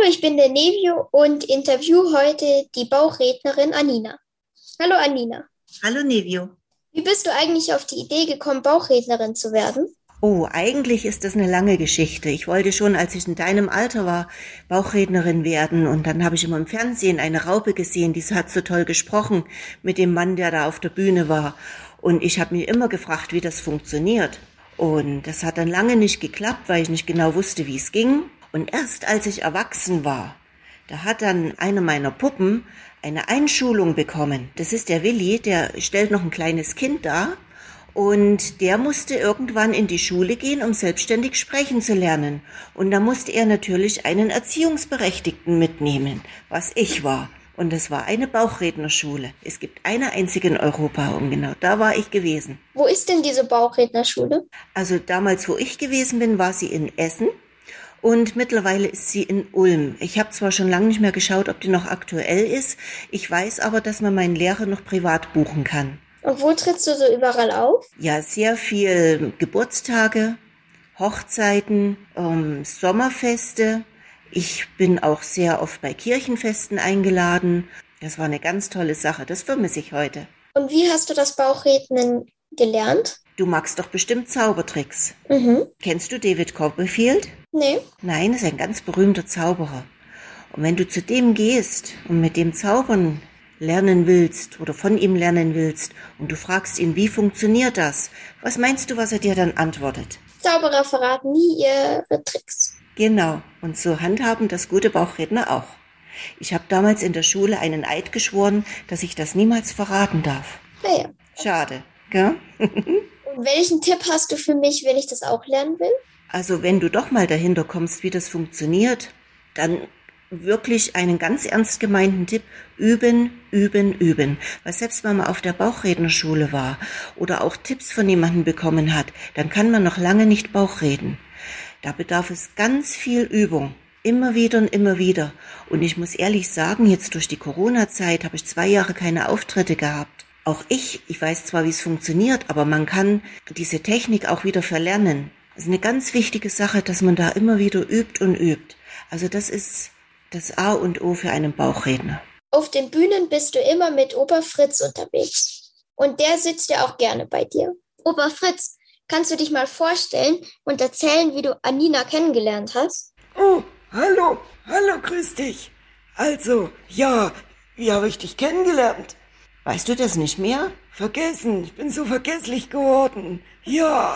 ich bin der Nevio und interview heute die Bauchrednerin Anina. Hallo Anina, Hallo Nevio. wie bist du eigentlich auf die Idee gekommen, Bauchrednerin zu werden? Oh, eigentlich ist das eine lange Geschichte. Ich wollte schon, als ich in deinem Alter war, Bauchrednerin werden. Und dann habe ich immer im Fernsehen eine Raupe gesehen, die hat so toll gesprochen mit dem Mann, der da auf der Bühne war. Und ich habe mich immer gefragt, wie das funktioniert. Und das hat dann lange nicht geklappt, weil ich nicht genau wusste, wie es ging. Und erst als ich erwachsen war, da hat dann eine meiner Puppen eine Einschulung bekommen. Das ist der Willi, der stellt noch ein kleines Kind dar. Und der musste irgendwann in die Schule gehen, um selbstständig sprechen zu lernen. Und da musste er natürlich einen Erziehungsberechtigten mitnehmen, was ich war. Und das war eine Bauchrednerschule. Es gibt eine einzige in Europa und genau da war ich gewesen. Wo ist denn diese Bauchrednerschule? Also damals, wo ich gewesen bin, war sie in Essen. Und mittlerweile ist sie in Ulm. Ich habe zwar schon lange nicht mehr geschaut, ob die noch aktuell ist. Ich weiß aber, dass man meinen Lehrer noch privat buchen kann. Und wo trittst du so überall auf? Ja, sehr viel Geburtstage, Hochzeiten, Sommerfeste. Ich bin auch sehr oft bei Kirchenfesten eingeladen. Das war eine ganz tolle Sache. Das vermisse ich heute. Und wie hast du das Bauchrednen gelernt? Du magst doch bestimmt Zaubertricks. Mhm. Kennst du David Copperfield? Nee. Nein, ist ein ganz berühmter Zauberer. Und wenn du zu dem gehst und mit dem Zaubern lernen willst oder von ihm lernen willst und du fragst ihn, wie funktioniert das? Was meinst du, was er dir dann antwortet? Zauberer verraten nie ihre Tricks. Genau, und so handhaben das gute Bauchredner auch. Ich habe damals in der Schule einen Eid geschworen, dass ich das niemals verraten darf. Naja. Schade, gell? Und welchen Tipp hast du für mich, wenn ich das auch lernen will? Also wenn du doch mal dahinter kommst, wie das funktioniert, dann wirklich einen ganz ernst gemeinten Tipp: üben, üben, üben. Weil selbst wenn man auf der Bauchrednerschule war oder auch Tipps von jemandem bekommen hat, dann kann man noch lange nicht Bauchreden. Da bedarf es ganz viel Übung. Immer wieder und immer wieder. Und ich muss ehrlich sagen, jetzt durch die Corona-Zeit habe ich 2 Jahre keine Auftritte gehabt. Auch ich weiß zwar, wie es funktioniert, aber man kann diese Technik auch wieder verlernen. Das ist eine ganz wichtige Sache, dass man da immer wieder übt und übt. Also das ist das A und O für einen Bauchredner. Auf den Bühnen bist du immer mit Opa Fritz unterwegs. Und der sitzt ja auch gerne bei dir. Opa Fritz, kannst du dich mal vorstellen und erzählen, wie du Anina kennengelernt hast? Oh, hallo, grüß dich. Also, ja, wie habe ich dich kennengelernt? Weißt du das nicht mehr? Vergessen, ich bin so vergesslich geworden. Ja.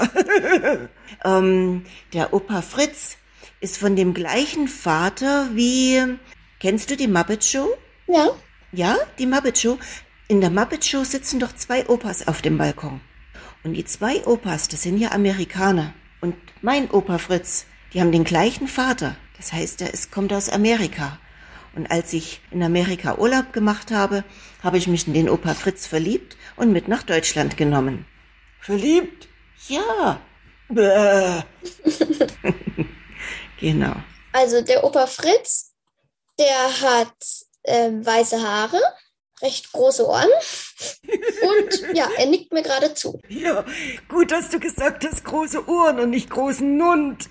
Der Opa Fritz ist von dem gleichen Vater wie... Kennst du die Muppet Show? Ja. Ja, die Muppet Show. In der Muppet Show sitzen doch 2 Opas auf dem Balkon. Und die 2 Opas, das sind ja Amerikaner. Und mein Opa Fritz, die haben den gleichen Vater. Das heißt, kommt aus Amerika. Und als ich in Amerika Urlaub gemacht habe, habe ich mich in den Opa Fritz verliebt und mit nach Deutschland genommen. Verliebt? Ja. Bäh. Genau. Also der Opa Fritz, der hat weiße Haare, recht große Ohren und ja, er nickt mir gerade zu. Ja, gut, dass du gesagt hast, große Ohren und nicht großen Mund.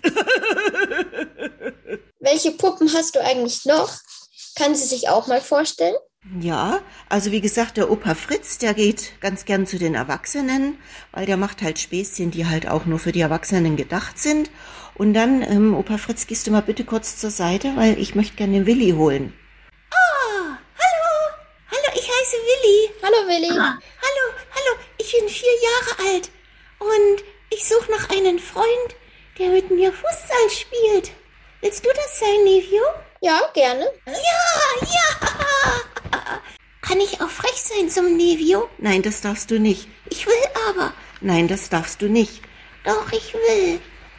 Welche Puppen hast du eigentlich noch? Kann sie sich auch mal vorstellen? Ja, also wie gesagt, der Opa Fritz, der geht ganz gern zu den Erwachsenen, weil der macht halt Späßchen, die halt auch nur für die Erwachsenen gedacht sind. Und dann, Opa Fritz, gehst du mal bitte kurz zur Seite, weil ich möchte gerne den Willi holen. Oh, hallo, ich heiße Willi. Hallo Willi. Hallo, ich bin 4 Jahre alt und ich suche noch einen Freund, der mit mir Fußball spielt. Willst du das sein, Nevio? Ja, gerne. Ja. Kann ich auch frech sein zum Nevio? Nein, das darfst du nicht. Ich will aber. Nein, das darfst du nicht. Doch, ich will.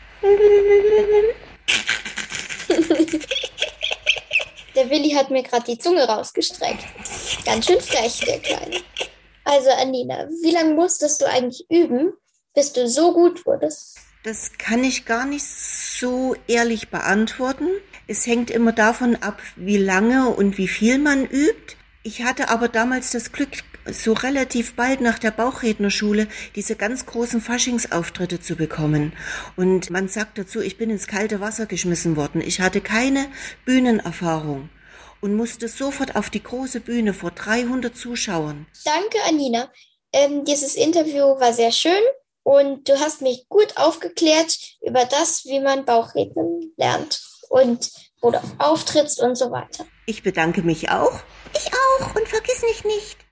Der Willi hat mir gerade die Zunge rausgestreckt. Ganz schön frech, der Kleine. Also Anina, wie lange musstest du eigentlich üben, bis du so gut wurdest? Das kann ich gar nicht so ehrlich beantworten. Es hängt immer davon ab, wie lange und wie viel man übt. Ich hatte aber damals das Glück, so relativ bald nach der Bauchrednerschule diese ganz großen Faschingsauftritte zu bekommen. Und man sagt dazu, ich bin ins kalte Wasser geschmissen worden. Ich hatte keine Bühnenerfahrung und musste sofort auf die große Bühne vor 300 Zuschauern. Danke, Anina. Dieses Interview war sehr schön und du hast mich gut aufgeklärt über das, wie man Bauchrednen lernt und wo du auftrittst und so weiter. Ich bedanke mich auch. Ich auch und vergiss mich nicht.